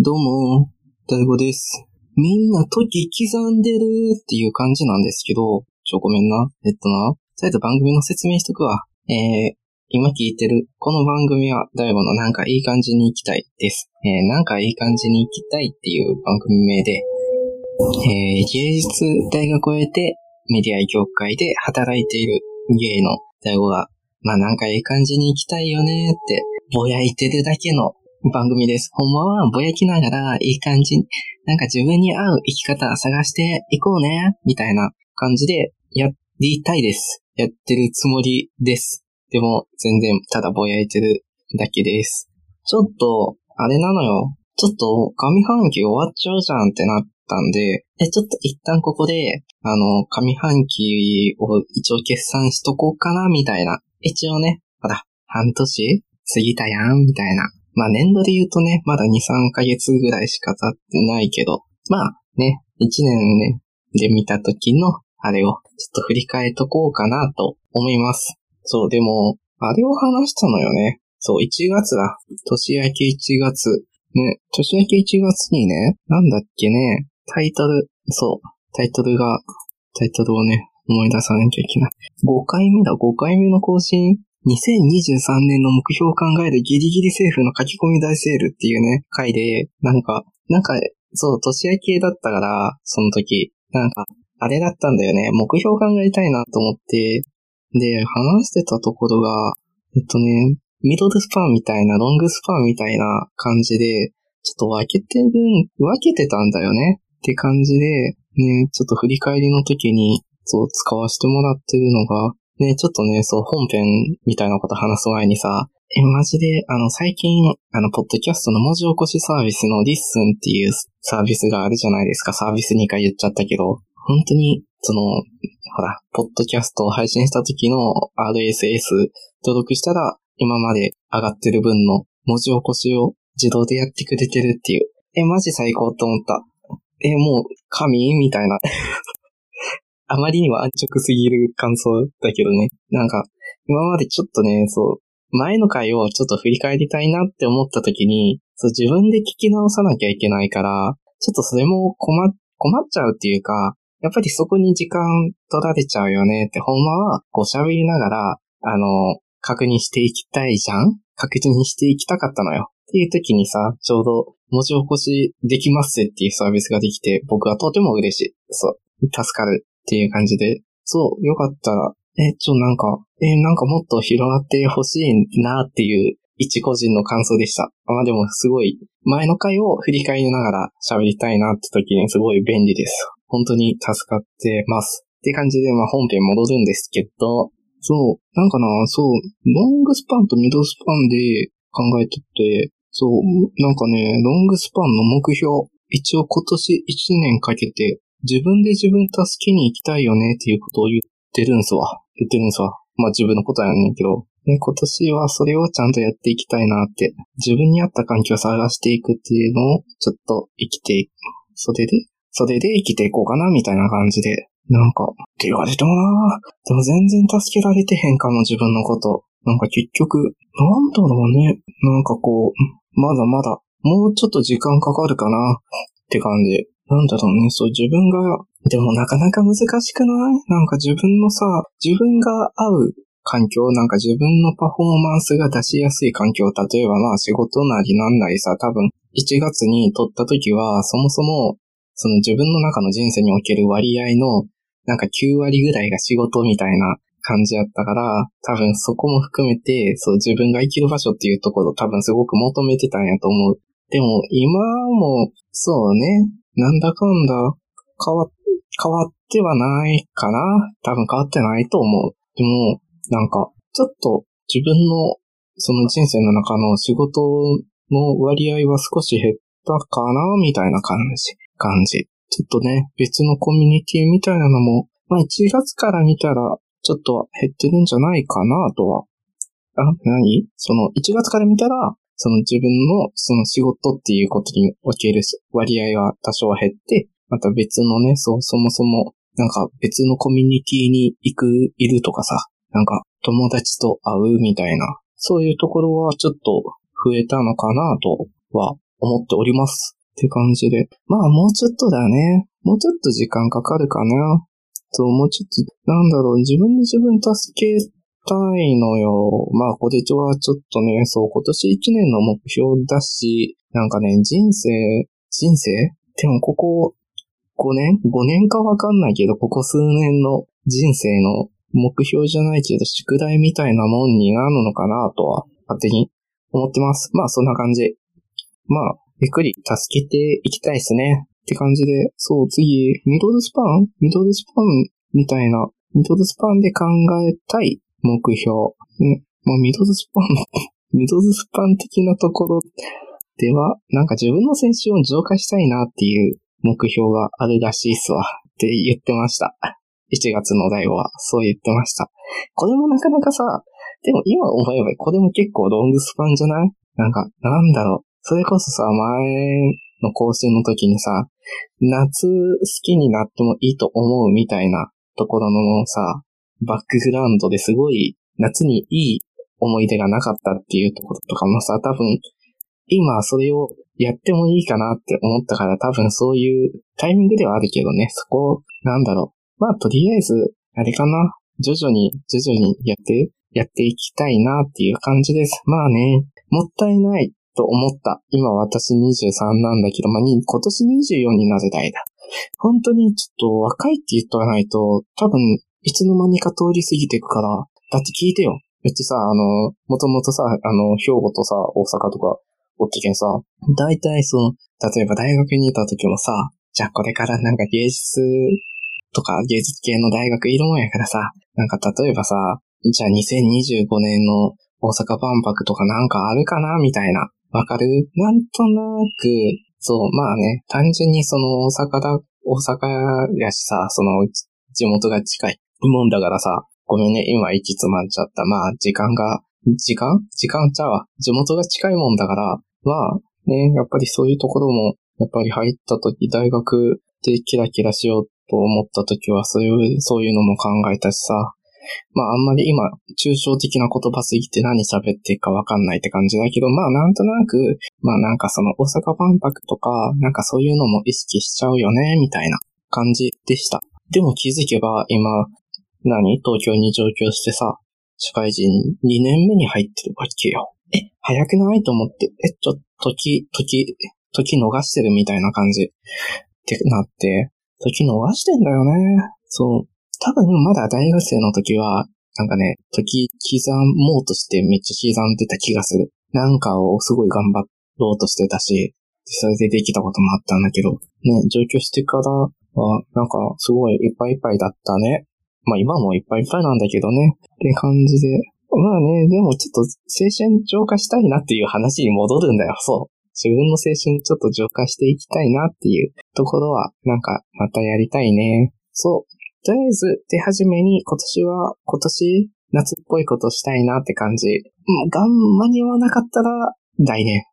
どうも、大悟です。みんな時刻んでるっていう感じなんですけど、ごめんな。再度番組の説明しとくわ。今聞いてる、この番組は大悟のなんかいい感じに行きたいです。なんかいい感じに行きたいっていう番組名で、芸術大学を経てメディア業界で働いている芸の大悟が、なんかいい感じに行きたいよねってぼやいてるだけの番組です。ほんまはぼやきながらいい感じに、なんか自分に合う生き方探していこうねみたいな感じでやりたいです。やってるつもりです。でも全然ただぼやいてるだけです。ちょっとあれなのよ。ちょっと上半期終わっちゃうじゃんってなったんで、ちょっと一旦ここで、上半期を一応決算しとこうかな、みたいな。一応ね、ほら、半年過ぎたやん、みたいな。年度で言うとね、まだ2、3ヶ月ぐらいしか経ってないけど、ね、1年ね、で見た時の、あれを、ちょっと振り返っとこうかなと思います。そう、でも、あれを話したのよね。そう、1月だ。年明け1月。ね、年明け1月にね、なんだっけね、タイトルをね、思い出さなきゃいけない。5回目だ、5回目の更新。2023年の目標を考えるギリギリセーフの書き込み大セールっていうね、回で、そう、年明けだったから、その時、あれだったんだよね、目標を考えたいなと思って、で、話してたところが、ミドルスパンみたいな、ロングスパンみたいな感じで、ちょっと分けてたんだよねって感じで、ね、ちょっと振り返りの時に、そう、使わせてもらってるのが、ね、ちょっとね、そう、本編みたいなこと話す前にさ、マジで、最近、ポッドキャストの文字起こしサービスのリッスンっていうサービスがあるじゃないですか。サービス2回言っちゃったけど、本当に、ほら、ポッドキャストを配信した時の RSS 登録したら、今まで上がってる分の文字起こしを自動でやってくれてるっていう。マジ最高と思った。もう、神みたいな。あまりにも安直すぎる感想だけどね。今までちょっとね、そう、前の回をちょっと振り返りたいなって思った時に、そう、自分で聞き直さなきゃいけないから、ちょっとそれも困っちゃうっていうか、やっぱりそこに時間取られちゃうよねって、ほんまは、喋りながら、確認していきたいじゃん？確認していきたかったのよ。っていう時にさ、ちょうど文字起こしできますっていうサービスができて、僕はとても嬉しい。そう、助かるっていう感じで、そう、よかったら、もっと広がってほしいなっていう一個人の感想でした。でもすごい、前の回を振り返りながら喋りたいなって時にすごい便利です。本当に助かってます。って感じで、本編戻るんですけど、そう、ロングスパンとミドルスパンで考えてて、そう、ロングスパンの目標、一応今年1年かけて、自分で自分助けに行きたいよねっていうことを言ってるんすわ。自分のことやねんけど。今年はそれをちゃんとやっていきたいなって。自分に合った環境を探していくっていうのをちょっとそれで生きていこうかなみたいな感じで。って言われてもなぁ。でも全然助けられてへんかも自分のこと。結局、なんだろうね。まだまだ、もうちょっと時間かかるかなって感じ。なんだろうね、そう自分が、でもなかなか難しくない？自分が合う環境、自分のパフォーマンスが出しやすい環境、例えば仕事なりなんなりさ、多分1月に取った時は、そもそも、その自分の中の人生における割合の、9割ぐらいが仕事みたいな感じやったから、多分そこも含めて、そう自分が生きる場所っていうところ多分すごく求めてたんやと思う。でも今も、そうね、なんだかんだ変わってはないかな。多分変わってないと思う。でも、ちょっと自分のその人生の中の仕事の割合は少し減ったかな、みたいな感じ。ちょっとね、別のコミュニティみたいなのも、1月から見たらちょっと減ってるんじゃないかな、とは。その1月から見たら、その自分のその仕事っていうことにおける割合は多少減って、また別のね、そもそも、別のコミュニティにいるとかさ、友達と会うみたいな、そういうところはちょっと増えたのかなとは思っております。って感じで。まあもうちょっとだね。もうちょっと時間かかるかな。そう、もうちょっと、なんだろう、自分で自分助けたいのよ。まあ、これはちょっとね、そう、今年1年の目標だし、なんかね、人生でもここ5年かわかんないけど、ここ数年の人生の目標じゃないけど、宿題みたいなもんになるのかなとは、勝手に思ってます。まあ、そんな感じ。まあ、ゆっくり助けていきたいですね。って感じで、そう、次、ミドルスパンみたいな、ミドルスパンで考えたい目標。まあ、ミドルスパン的なところでは、なんか自分の青春を浄化したいなっていう目標があるらしいっすわ。って言ってました。1月の第5は、そう言ってました。これもなかなかさ、でも今思えばこれも結構ロングスパンじゃない？なんか、なんだろう。それこそさ、前の更新の時にさ、夏好きになってもいいと思うみたいなところのさ、バックグラウンドですごい夏にいい思い出がなかったっていうところとかもさ、多分、今それをやってもいいかなって思ったから多分そういうタイミングではあるけどね、そこ、なんだろう。まあとりあえず、あれかな。徐々にやっていきたいなっていう感じです。まあね、もったいないと思った。今私23なんだけど、まあ今年24になる代だ。本当にちょっと若いって言っとかないと、多分いつの間にか通り過ぎていくから、だって聞いてよ。うちさ、もともとさ、兵庫とさ、大阪とか、おったけんさ、大体例えば大学にいた時もさ、じゃあこれからなんか芸術とか芸術系の大学いるもんやからさ、なんか例えばさ、じゃあ2025年の大阪万博とかなんかあるかなみたいな。わかる？なんとなく、そう、まあね、単純に大阪やしさ、地元が近いもんだからさ、ごめんね、今息詰まっちゃった。まあ、時間ちゃうわ。地元が近いもんだから、まあ、ね、やっぱりそういうところも、やっぱり入った時、大学でキラキラしようと思った時は、そういうのも考えたしさ。まあ、あんまり今、抽象的な言葉すぎて何喋っていいかわかんないって感じだけど、まあ、なんとなく、まあなんか大阪万博とか、なんかそういうのも意識しちゃうよね、みたいな感じでした。でも気づけば、今、東京に上京してさ、社会人2年目に入ってるわけよ。早くないと思って、ちょっと時逃してるみたいな感じってなって、時逃してんだよね。そう。多分まだ大学生の時は、なんかね、時刻もうとしてめっちゃ刻んでた気がする。なんかをすごい頑張ろうとしてたし、それでできたこともあったんだけど、ね、上京してからは、なんかすごいいっぱいいっぱいだったね。まあ今もいっぱいいっぱいなんだけどね。って感じで。まあね、でもちょっと青春浄化したいなっていう話に戻るんだよ。そう。自分の青春ちょっと浄化していきたいなっていうところは、なんかまたやりたいね。そう。とりあえず手始めに今年夏っぽいことしたいなって感じ。間に合わなかったら来年。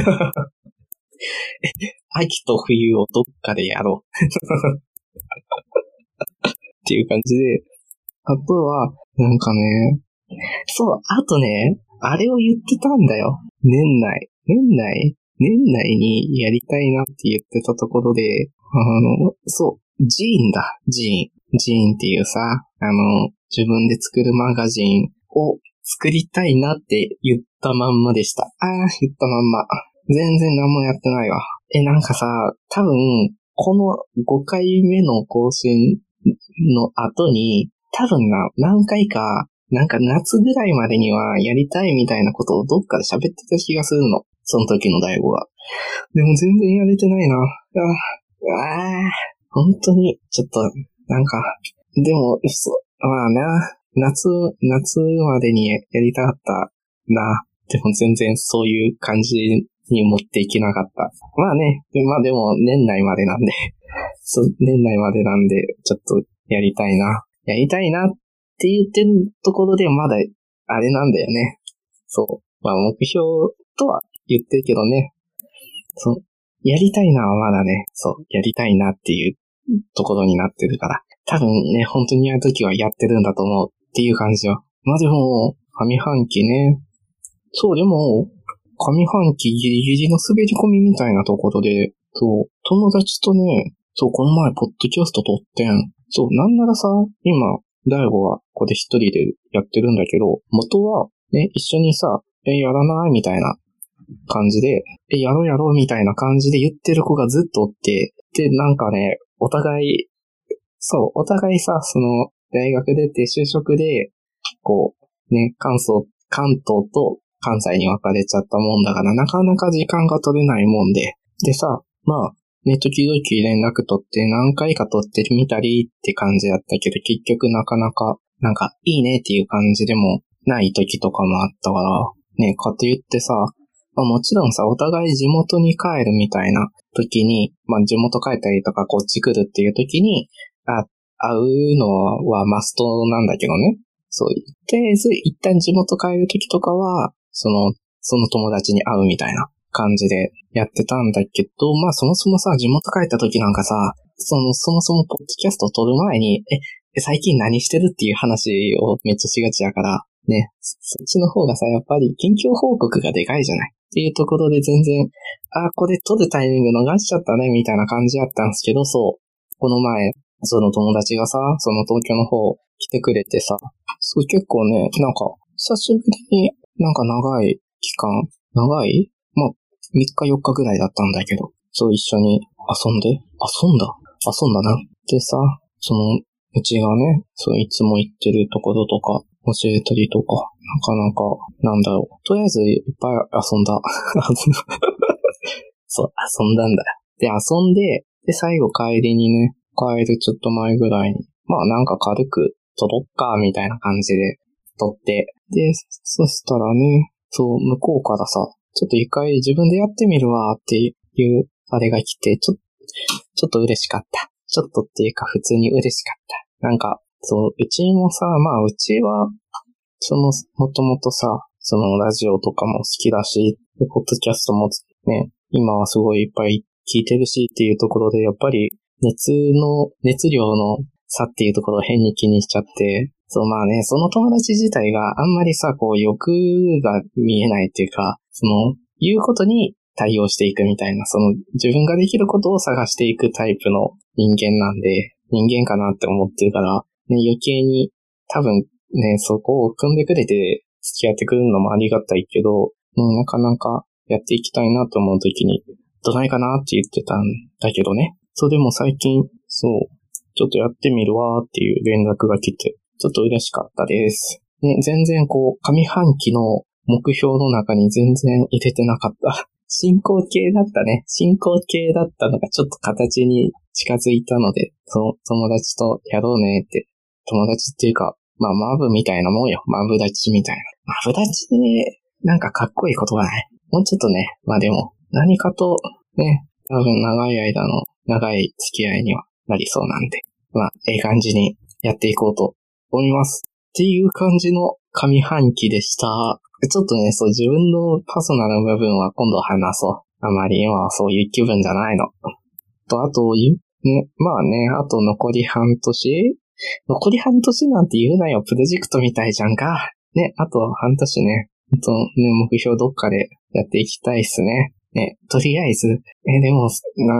秋と冬をどっかでやろう。っていう感じで。あとは、なんかね、そう、あとね、あれを言ってたんだよ。年内にやりたいなって言ってたところで、そう、ジーンだ、ジーンっていうさ、自分で作るマガジンを作りたいなって言ったまんまでした。言ったまんま。全然何もやってないわ。なんかさ、多分、この5回目の更新の後に、多分何回か、なんか夏ぐらいまでにはやりたいみたいなことをどっかで喋ってた気がするの。その時の大悟が。でも全然やれてないな。本当に、ちょっと、なんか、でも、まあな、夏までにやりたかったな。でも全然そういう感じに持っていけなかった。まあね、まあでも年内までなんで、年内までなんで、ちょっとやりたいなって言ってるところでまだ、あれなんだよね。そう。まあ目標とは言ってるけどね。そう。やりたいなはまだね、そう。やりたいなっていうところになってるから。多分ね、本当にやるときはやってるんだと思うっていう感じよ。まあでも、上半期ね。そう、でも、 上半期ギリギリの滑り込みみたいなところで、そう、友達とね、そう、この前、ポッドキャスト撮ってん。そう、なんならさ、今、大悟はこれ一人でやってるんだけど、元は、ね、一緒にさ、やらないみたいな感じで、やろうやろうみたいな感じで言ってる子がずっとおって、で、なんかね、お互いさ、大学出て就職で、こう、ね、関東と関西に分かれちゃったもんだから、なかなか時間が取れないもんで。でさ、まあ、ね、時々連絡取って何回か取ってみたりって感じだったけど、結局なかなか、なんか、いいねっていう感じでもない時とかもあったから、ね、かと言ってさ、まあもちろんさ、お互い地元に帰るみたいな時に、まあ地元帰ったりとかこっち来るっていう時に、会うのはマストなんだけどね。そう、とりあえず一旦地元帰る時とかは、その友達に会うみたいな感じでやってたんだけど、まあそもそもさ、地元帰った時なんかさ、そもそもポッドキャストを撮る前に、最近何してるっていう話をめっちゃしがちやから、ね、そっちの方がさ、やっぱり近況報告がでかいじゃない。っていうところで全然、これ撮るタイミング逃しちゃったね、みたいな感じやったんですけど、そう、この前、その友達がさ、その東京の方来てくれてさ、そう結構ね、なんか、久しぶりになんか長い期間、まあ、3日4日ぐらいだったんだけど、そう一緒に遊んだな。でさ、うちがね、そういつも行ってるところとか教えたりとか、なかなか、なんだろう。とりあえずいっぱい遊んだ。そう、遊んだんだよ。で、遊んで、で、最後帰るちょっと前ぐらいに、まあなんか軽く撮ろっか、みたいな感じで撮って、で、そしたらね、そう、向こうからさ、ちょっと一回自分でやってみるわっていう、あれが来て、ちょっと嬉しかった。ちょっとっていうか普通に嬉しかった。なんか、そう、うちもさ、まあうちは、もともとさ、ラジオとかも好きだし、ポッドキャストもね、今はすごいいっぱい聞いてるしっていうところで、やっぱり熱量の差っていうところを変に気にしちゃって、そうまあね、その友達自体があんまりさ、こう欲が見えないっていうか、言うことに対応していくみたいな、自分ができることを探していくタイプの人間なんで、人間かなって思ってるから、ね、余計に多分ね、そこを組んでくれて付き合ってくるのもありがたいけど、なかなかやっていきたいなと思うときに、どないかなって言ってたんだけどね。そうでも最近、そう、ちょっとやってみるわーっていう連絡が来て、ちょっと嬉しかったです。ね、全然こう、上半期の目標の中に全然入れてなかった。進行形だったね。進行形だったのがちょっと形に近づいたので、そう、友達とやろうねって。友達っていうか、まあ、マブみたいなもんよ。マブダチみたいな。マブダチで、なんかかっこいいことはない。もうちょっとね、まあでも、何かと、ね、多分長い間の長い付き合いにはなりそうなんで、まあ、ええ感じにやっていこうと思います。っていう感じの上半期でした。ちょっとね、そう、自分のパーソナル部分は今度話そう。あまり今はそういう気分じゃないの。あと、ね、まあね、あと残り半年なんて言うなよ、プロジェクトみたいじゃんか。ね、あと半年ね、目標どっかでやっていきたいっすね。ね、とりあえず、でも、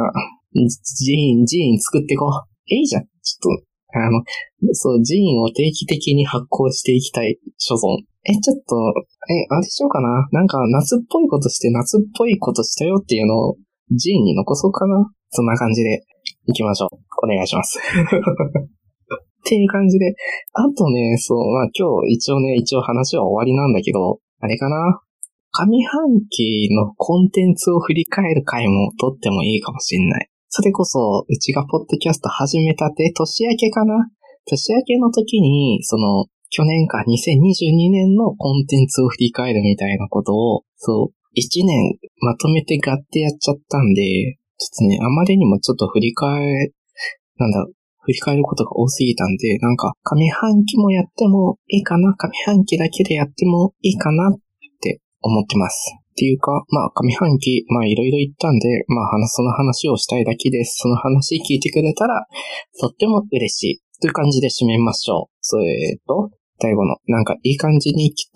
寺院作ってこう。いいじゃん。ちょっと、そう、寺院を定期的に発行していきたい所存。ちょっと、あれしようかな。なんか、夏っぽいことして、夏っぽいことしたよっていうのを、寺院に残そうかな。そんな感じで、行きましょう。お願いします。っていう感じで、あとね、そう、まあ今日一応話は終わりなんだけど、あれかな。上半期のコンテンツを振り返る回も撮ってもいいかもしんない。それこそ、うちがポッドキャスト始めたて、年明けかな。年明けの時に、去年か2022年のコンテンツを振り返るみたいなことを、そう、1年まとめてガッてやっちゃったんで、ちょっとね、あまりにもちょっと振り返ることが多すぎたんで、なんか、上半期もやってもいいかな、上半期だけでやってもいいかなって思ってます。っていうか、まあ、上半期、まあ、いろいろ言ったんで、まあ、その話をしたいだけです。その話聞いてくれたら、とっても嬉しい。という感じで締めましょう。大悟の、なんか、いい感じに行きたい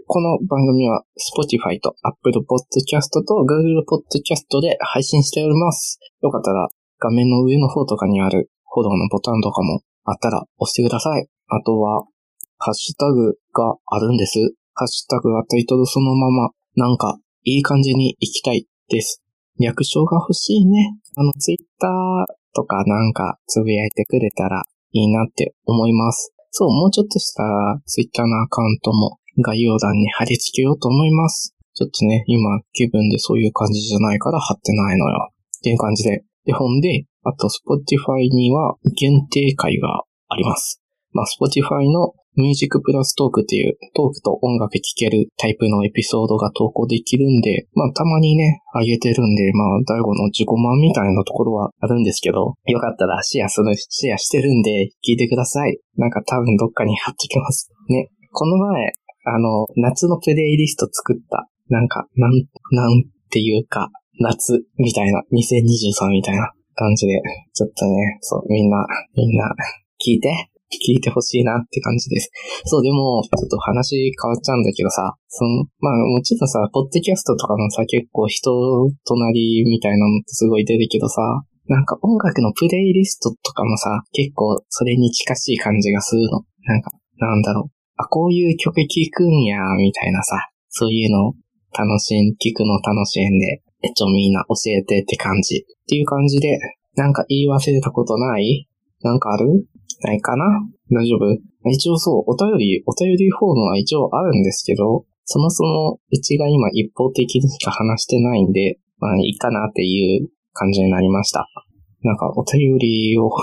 この番組は Spotify と Apple Podcast と Google Podcast で配信しております。よかったら画面の上の方とかにあるフォローのボタンとかもあったら押してください。あとは、ハッシュタグがあるんです。ハッシュタグはタイトルそのまま、なんかいい感じに行きたいです。略称が欲しいね。Twitter とかなんかつぶやいてくれたらいいなって思います。そう、もうちょっとしたら Twitter のアカウントも概要欄に貼り付けようと思います。ちょっとね、今気分でそういう感じじゃないから貼ってないのよ。っていう感じで。で、ほんで、あと Spotify には限定会があります。Spotify のミュージックプラストークっていうトークと音楽聴けるタイプのエピソードが投稿できるんで、たまにね、上げてるんで、大悟の自己満みたいなところはあるんですけど、よかったらシェアしてるんで聞いてください。なんか多分どっかに貼っときます。ね。この前、夏のプレイリスト作った。なんていうか、夏みたいな、2023みたいな感じで、ちょっとね、そう、みんな、聞いてほしいなって感じです。そう、でも、ちょっと話変わっちゃうんだけどさ、もちろんさ、ポッドキャストとかもさ、結構人となりみたいなのってすごい出るけどさ、なんか音楽のプレイリストとかもさ、結構それに近しい感じがするの。なんだろう。こういう曲聴くんや、みたいなさ、そういうの聞くの楽しんで、みんな教えてって感じ。っていう感じで、なんか言い忘れたことない？なんかある？ないかな？大丈夫？一応そう、お便りフォームは一応あるんですけど、そもそもうちが今一方的にしか話してないんで、いいかなっていう感じになりました。なんかお便りを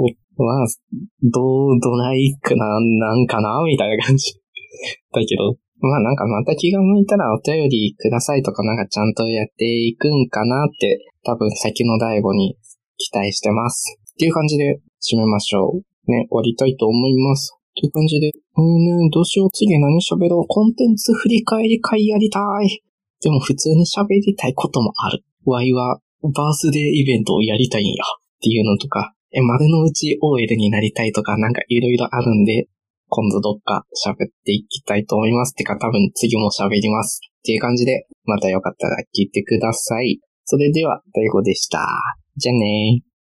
どないかなんかなみたいな感じ。だけど、なんかまた気が向いたらお便りくださいとかなんかちゃんとやっていくんかなって、多分先の第5に期待してます。っていう感じで締めましょう。ね、終わりたいと思います。という感じで、どうしよう、次何喋ろう、コンテンツ振り返り会やりたい。でも普通に喋りたいこともある。ワイはバースデーイベントをやりたいんや。っていうのとか、丸の内 OL になりたいとかなんかいろいろあるんで、今度どっか喋っていきたいと思います。てか多分次も喋ります。っていう感じで、またよかったら聞いてください。それでは、大悟でした。じゃあねー。